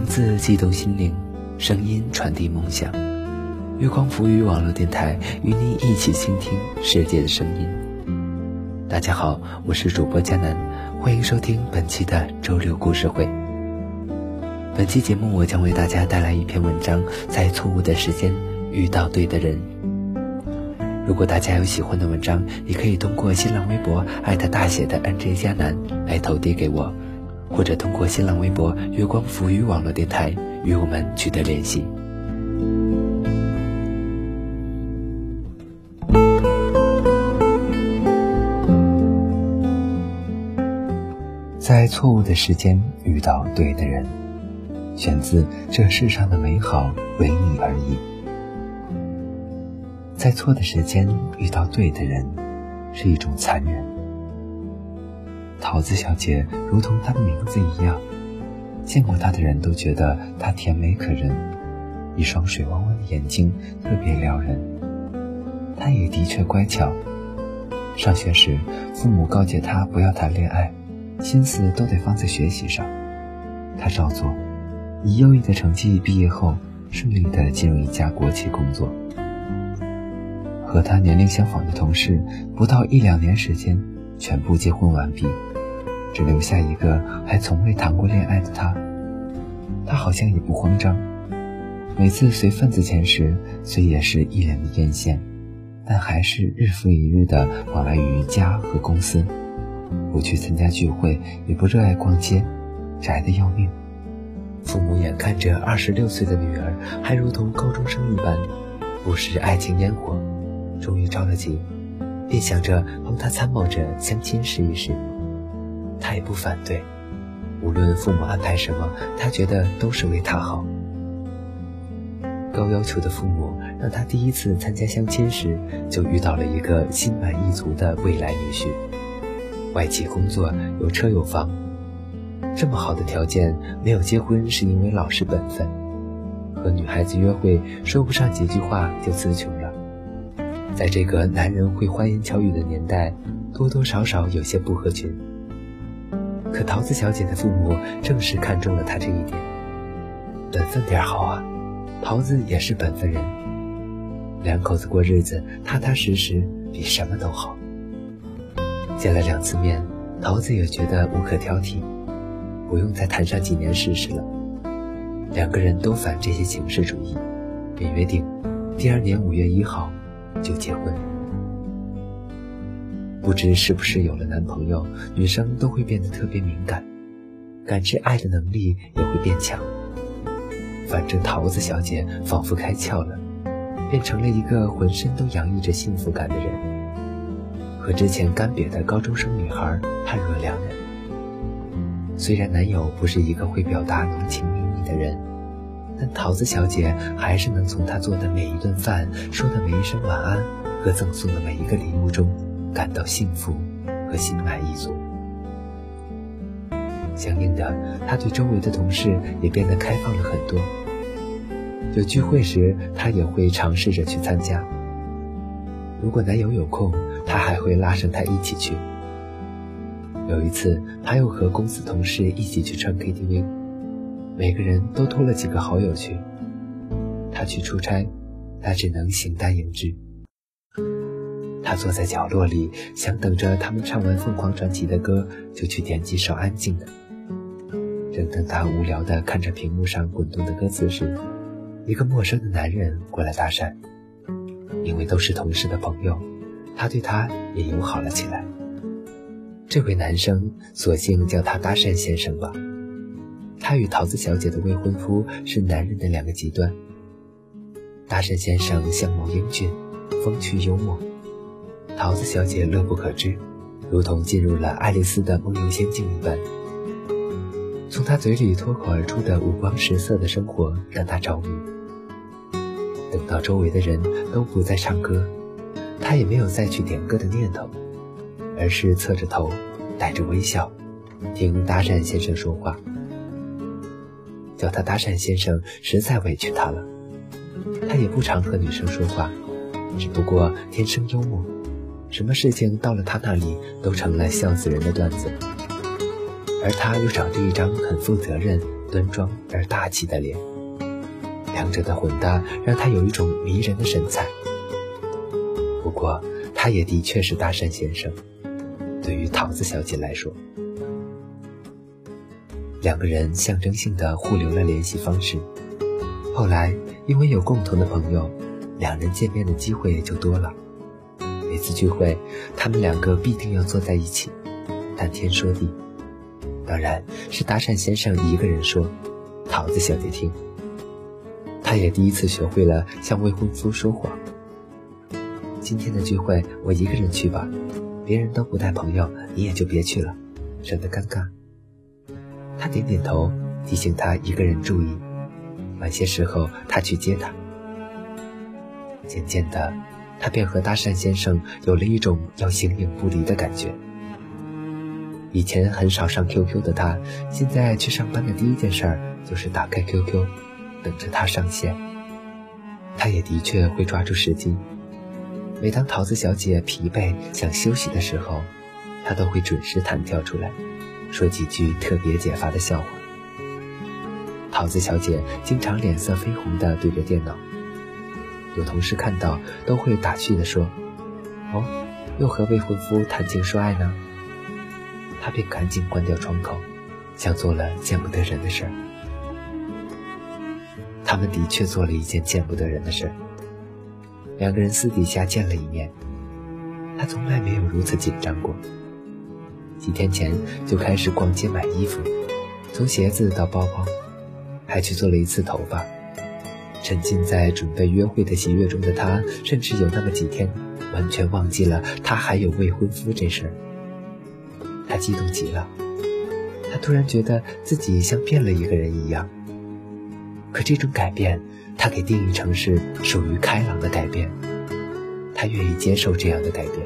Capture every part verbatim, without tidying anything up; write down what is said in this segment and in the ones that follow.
字激动心灵，声音传递梦想。月光浮语网络电台与你一起倾听世界的声音。大家好，我是主播佳南，欢迎收听本期的周六故事会。本期节目我将为大家带来一篇文章，在错误的时间遇到对的人。如果大家有喜欢的文章，也可以通过新浪微博艾特大写的 N J 佳南来投递给我，或者通过新浪微博月光浮语网络电台与我们取得联系。在错误的时间遇到对的人，选自《这世上的美好为你而已》。在错的时间遇到对的人，是一种残忍。桃子小姐如同她的名字一样，见过她的人都觉得她甜美可人，一双水汪汪的眼睛特别撩人。她也的确乖巧，上学时父母告诫她不要谈恋爱，心思都得放在学习上。她照做，以优异的成绩毕业后，顺利地进入一家国企工作。和她年龄相仿的同事，不到一两年时间，全部结婚完毕，只留下一个还从未谈过恋爱的她。她好像也不慌张，每次随份子钱时，虽也是一脸的艳羡，但还是日复一日地往来于家和公司，不去参加聚会，也不热爱逛街，宅得要命。父母眼看着二十六岁的女儿还如同高中生一般，不食爱情烟火，终于着了急，便想着帮她参谋着相亲试一试。她也不反对，无论父母安排什么，她觉得都是为她好。高要求的父母让她第一次参加相亲时，就遇到了一个心满意足的未来女婿，外企工作，有车有房。这么好的条件，没有结婚是因为老实本分，和女孩子约会说不上几句话就词穷了。在这个男人会花言巧语的年代，多多少少有些不合群。可桃子小姐的父母正是看中了她这一点。本分点好啊，桃子也是本分人，两口子过日子踏踏实实比什么都好。见了两次面，桃子也觉得无可挑剔，不用再谈上几年试试了。两个人都反这些形式主义，便约定第二年五月一号就结婚。不知是不是有了男朋友，女生都会变得特别敏感，感知爱的能力也会变强。反正桃子小姐仿佛开窍了，变成了一个浑身都洋溢着幸福感的人，和之前干瘪的高中生女孩判若两人。虽然男友不是一个会表达浓情蜜意的人，但桃子小姐还是能从他做的每一顿饭、说的每一声晚安和赠送的每一个礼物中感到幸福和心满意足。相应的，她对周围的同事也变得开放了很多。有聚会时，她也会尝试着去参加。如果男友有空，她还会拉上他一起去。有一次，她又和公司同事一起去唱 K T V， 每个人都托了几个好友去。她去出差，她只能形单影只。她坐在角落里，想等着他们唱完凤凰传奇的歌，就去点几首安静的。正当她无聊地看着屏幕上滚动的歌词时，一个陌生的男人过来搭讪。因为都是同事的朋友，她对他也友好了起来。这位男生索性叫他搭讪先生吧。他与桃子小姐的未婚夫是男人的两个极端。搭讪先生相貌英俊，风趣幽默，桃子小姐乐不可支，如同进入了爱丽丝的梦游仙境一般。从他嘴里脱口而出的五光十色的生活让他着迷。等到周围的人都不再唱歌，他也没有再去点歌的念头，而是侧着头带着微笑听搭讪先生说话。叫他搭讪先生实在委屈他了，他也不常和女生说话，只不过天生幽默，什么事情到了他那里都成了笑死人的段子。而他又长着一张很负责任端庄而大气的脸，两者的混搭让他有一种迷人的神采。不过他也的确是搭讪先生，对于桃子小姐来说。两个人象征性的互留了联系方式，后来因为有共同的朋友，两人见面的机会就多了。每次聚会，他们两个必定要坐在一起，谈天说地。当然是搭讪先生一个人说，桃子小姐听。他也第一次学会了向未婚夫说谎。今天的聚会我一个人去吧，别人都不带朋友，你也就别去了，省得尴尬。他点点头，提醒他一个人注意，晚些时候他去接他。渐渐的，他便和搭讪先生有了一种要形影不离的感觉。以前很少上 Q Q 的他，现在去上班的第一件事儿就是打开 Q Q， 等着他上线。他也的确会抓住时机，每当桃子小姐疲惫想休息的时候，他都会准时弹跳出来，说几句特别解乏的笑话。桃子小姐经常脸色绯红地对着电脑，有同事看到都会打趣地说：“哦，又和未婚夫谈情说爱呢。”她便赶紧关掉窗口，像做了见不得人的事儿。他们的确做了一件见不得人的事儿。两个人私底下见了一面，他从来没有如此紧张过。几天前就开始逛街买衣服，从鞋子到包包，还去做了一次头发。沉浸在准备约会的喜悦中的他，甚至有那么几天完全忘记了他还有未婚夫这事儿。他激动极了，他突然觉得自己像变了一个人一样。可这种改变他给定义成是属于开朗的改变，他愿意接受这样的改变。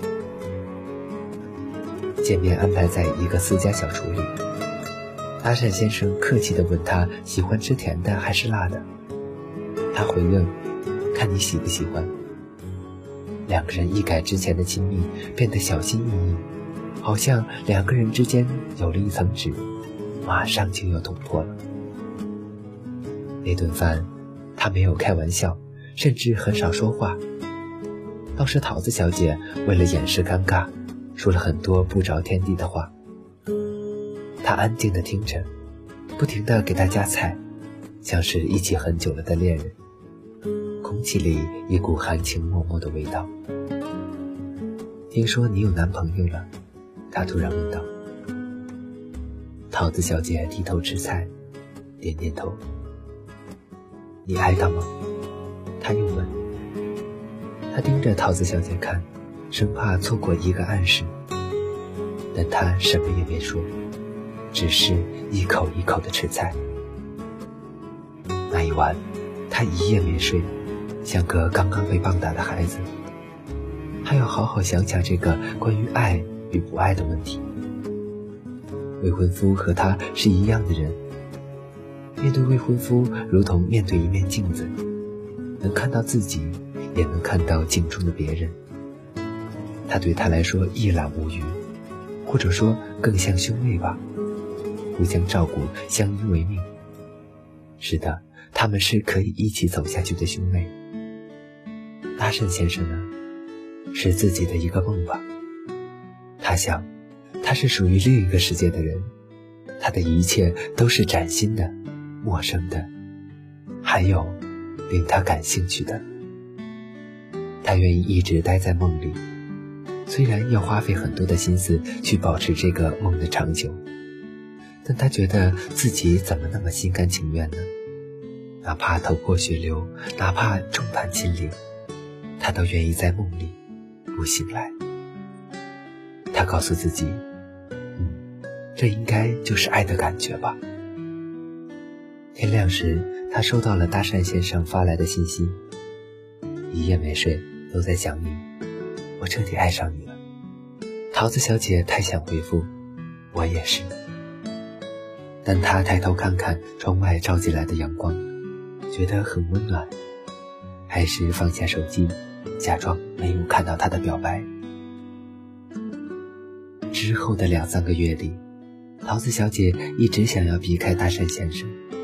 见面安排在一个私家小厨里，搭讪先生客气地问他喜欢吃甜的还是辣的，他回应看你喜不喜欢。两个人一改之前的亲密，变得小心翼翼，好像两个人之间有了一层纸，马上就要捅破了。那顿饭他没有开玩笑，甚至很少说话，倒是桃子小姐为了掩饰尴尬，说了很多不着天地的话。他安静地听着，不停地给他夹菜，像是一起很久了的恋人。空气里一股含情脉脉的味道。听说你有男朋友了，他突然问道。桃子小姐低头吃菜，点点头。你爱他吗？他又问。他盯着桃子小姐看，生怕错过一个暗示，但他什么也没说，只是一口一口地吃菜。那一晚他一夜没睡，像个刚刚被棒打的孩子。他要好好想想这个关于爱与不爱的问题。未婚夫和他是一样的人，面对未婚夫如同面对一面镜子，能看到自己，也能看到镜中的别人。他对他来说一览无余，或者说更像兄妹吧，互相照顾，相依为命。是的，他们是可以一起走下去的兄妹。搭讪先生呢，是自己的一个梦吧。他想，他是属于另一个世界的人，他的一切都是崭新的、陌生的，还有令他感兴趣的。他愿意一直待在梦里，虽然要花费很多的心思去保持这个梦的长久，但他觉得自己怎么那么心甘情愿呢？哪怕头破血流，哪怕众叛亲离，他都愿意在梦里不醒来。他告诉自己，嗯，这应该就是爱的感觉吧。天亮时，他收到了搭讪先生发来的信息：一夜没睡，都在想你，我彻底爱上你了。桃子小姐太想回复，我也是。但她抬头看看窗外照进来的阳光，觉得很温暖，还是放下手机，假装没有看到他的表白。之后的两三个月里，桃子小姐一直想要避开搭讪先生，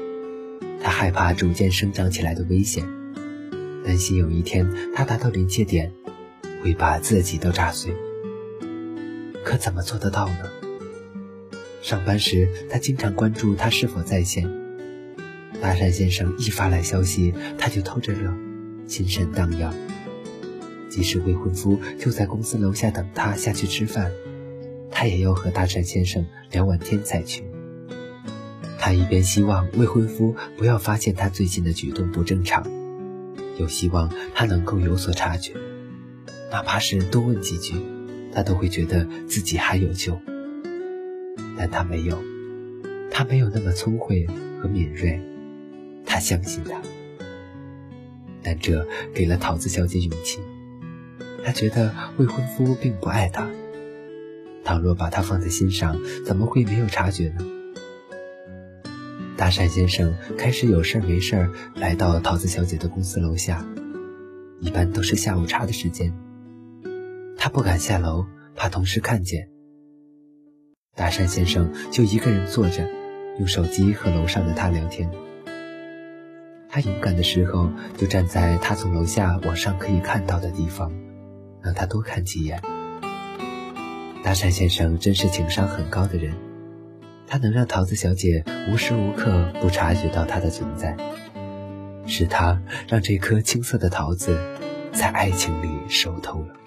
他害怕逐渐生长起来的危险，担心有一天他达到临界点，会把自己都炸碎。可怎么做得到呢？上班时，他经常关注他是否在线。大山先生一发来消息，他就偷着乐，心神荡漾。即使未婚夫就在公司楼下等他下去吃饭，他也要和大山先生聊完天才去。他一边希望未婚夫不要发现他最近的举动不正常，又希望他能够有所察觉，哪怕是多问几句，他都会觉得自己还有救。但他没有，他没有那么聪慧和敏锐，他相信他。但这给了桃子小姐勇气，她觉得未婚夫并不爱她，倘若把她放在心上，怎么会没有察觉呢？大山先生开始有事没事来到桃子小姐的公司楼下，一般都是下午茶的时间。他不敢下楼，怕同事看见。大山先生就一个人坐着，用手机和楼上的他聊天。他勇敢的时候，就站在他从楼下往上可以看到的地方，让他多看几眼。大山先生真是情商很高的人，他能让桃子小姐无时无刻不察觉到他的存在，是他让这颗青涩的桃子在爱情里熟透了。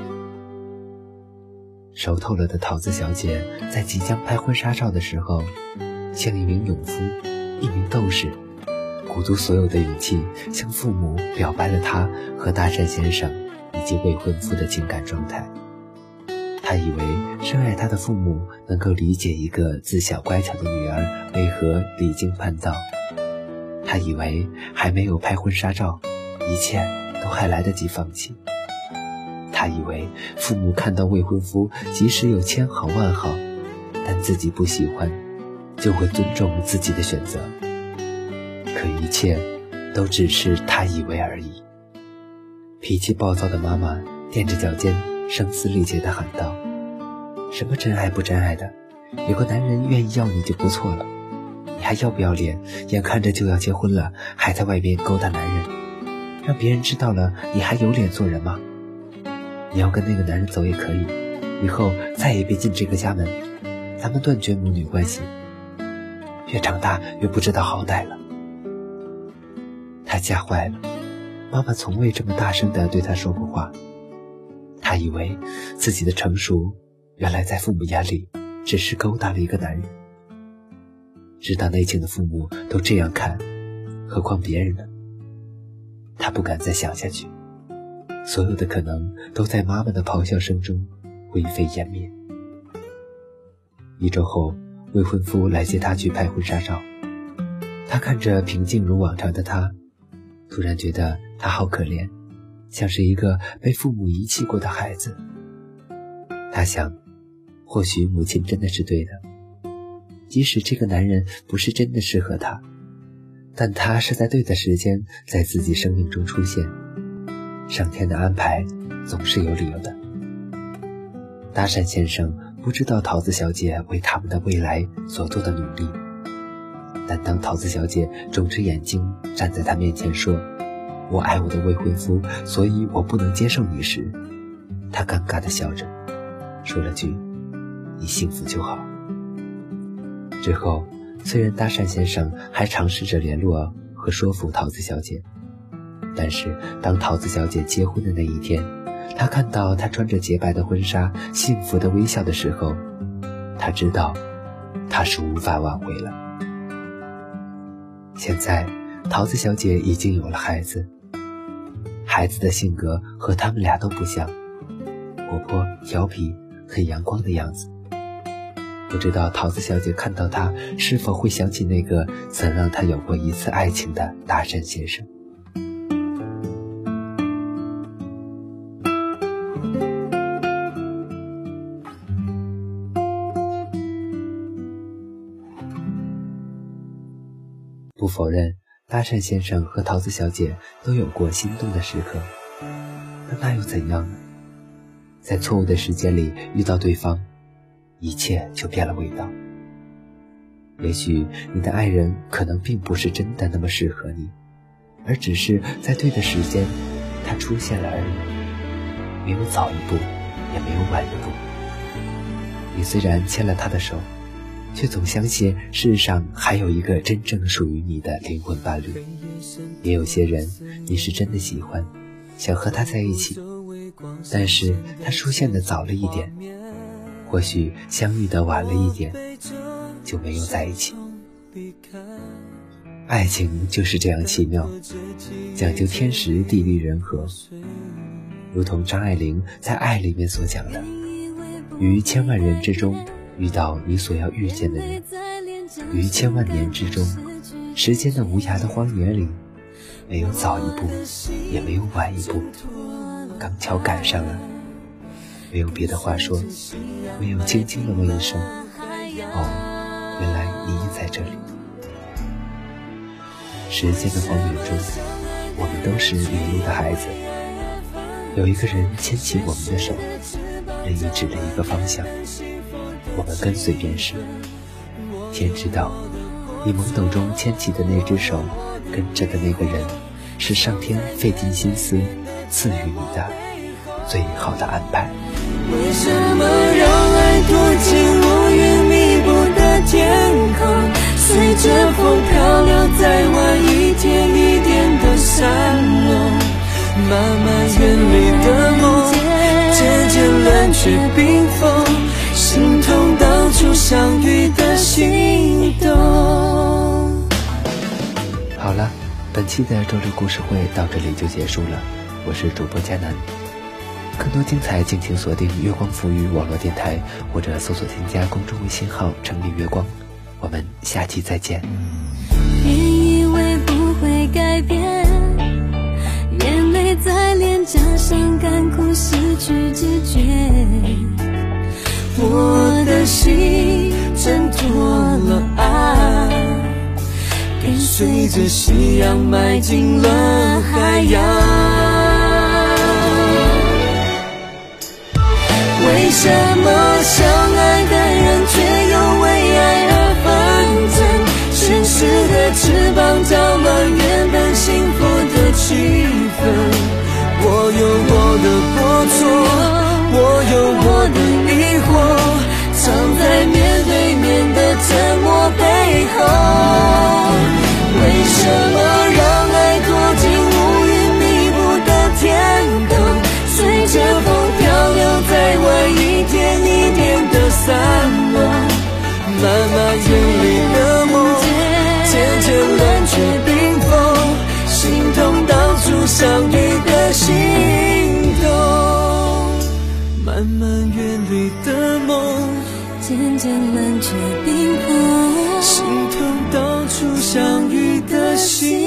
熟透了的桃子小姐在即将拍婚纱照的时候，像一名勇夫，一名斗士，鼓足所有的勇气向父母表白了她和大山先生以及未婚夫的情感状态。她以为深爱她的父母能够理解一个自小乖巧的女儿为何离经叛道，她以为还没有拍婚纱照，一切都还来得及放弃。他以为父母看到未婚夫即使有千好万好，但自己不喜欢，就会尊重自己的选择。可一切都只是他以为而已。脾气暴躁的妈妈踮着脚尖，声嘶力竭地喊道：什么真爱不真爱的，有个男人愿意要你就不错了，你还要不要脸？眼看着就要结婚了，还在外面勾搭男人，让别人知道了，你还有脸做人吗？你要跟那个男人走也可以，以后再也别进这个家门，咱们断绝母女关系。越长大越不知道好歹了。他吓坏了，妈妈从未这么大声地对他说过话。他以为自己的成熟，原来在父母眼里只是勾搭了一个男人。知道内情的父母都这样看，何况别人呢？他不敢再想下去。所有的可能都在妈妈的咆哮声中灰飞烟灭。一周后，未婚夫来接她去拍婚纱照。他看着平静如往常的她，突然觉得她好可怜，像是一个被父母遗弃过的孩子。他想，或许母亲真的是对的，即使这个男人不是真的适合她，但他是在对的时间在自己生命中出现。上天的安排总是有理由的。大山先生不知道桃子小姐为他们的未来所做的努力，但当桃子小姐肿着眼睛站在他面前说：我爱我的未婚夫，所以我不能接受你时，他尴尬地笑着说了句：你幸福就好。之后，虽然大山先生还尝试着联络和说服桃子小姐，但是当桃子小姐结婚的那一天，他看到她穿着洁白的婚纱幸福的微笑的时候，他知道她是无法挽回了。现在桃子小姐已经有了孩子，孩子的性格和他们俩都不像，活泼调皮很阳光的样子。不知道桃子小姐看到她是否会想起那个曾让她有过一次爱情的大山先生。不否认，大山先生和桃子小姐都有过心动的时刻，但那又怎样呢？在错误的时间里遇到对方，一切就变了味道。 也许你的爱人可能并不是真的那么适合你，而只是在对的时间他出现了而已，没有早一步也没有晚一步。你虽然牵了他的手，却总相信世上还有一个真正属于你的灵魂伴侣。也有些人你是真的喜欢，想和他在一起，但是他出现的早了一点，或许相遇的晚了一点，就没有在一起。爱情就是这样奇妙，讲究天时地利人和。如同张爱玲在《爱》里面所讲的，于千万人之中遇到你所要遇见的人，于千万年之中，时间的无涯的荒野里，没有早一步也没有晚一步，刚巧赶上了。没有别的话说，唯有轻轻地问一声，哦，原来你也在这里。时间的荒原中，我们都是迷路的孩子，有一个人牵起我们的手，任意指了一个方向，我们跟随便是。天知道，你懵懂中牵起的那只手，跟着的那个人，是上天费尽心思赐予你的最好的安排。 为什么让爱躲进乌云密布的天空，随着风漂流在外，一点一点的散落，慢慢远离的梦，渐渐冷却冰封，心痛当初相遇的心动。 好了，本期的周六故事会到这里就结束了，我是主播佳南。更多精彩敬请锁定月光浮语网络电台，或者搜索添加公众微信号城里月光。我们下期再见。 别以为不会改变，眼泪在脸颊上干枯，失去知觉，我的心挣脱了爱，跟随着夕阳迈进了海洋。为什么相爱的人却又为爱而纷争？现实的翅膀搅乱原本幸福的气氛。我有我的过错，我有我的疑惑，藏在面对面的沉默背后。为什么让爱躲进乌云密布的天空，随着风漂流在外，一点一点的散落，慢慢远离的梦，渐渐冷却冰封，心痛当初相遇的心动。慢慢远离的梦，渐渐冷却冰封，心痛当初相遇的心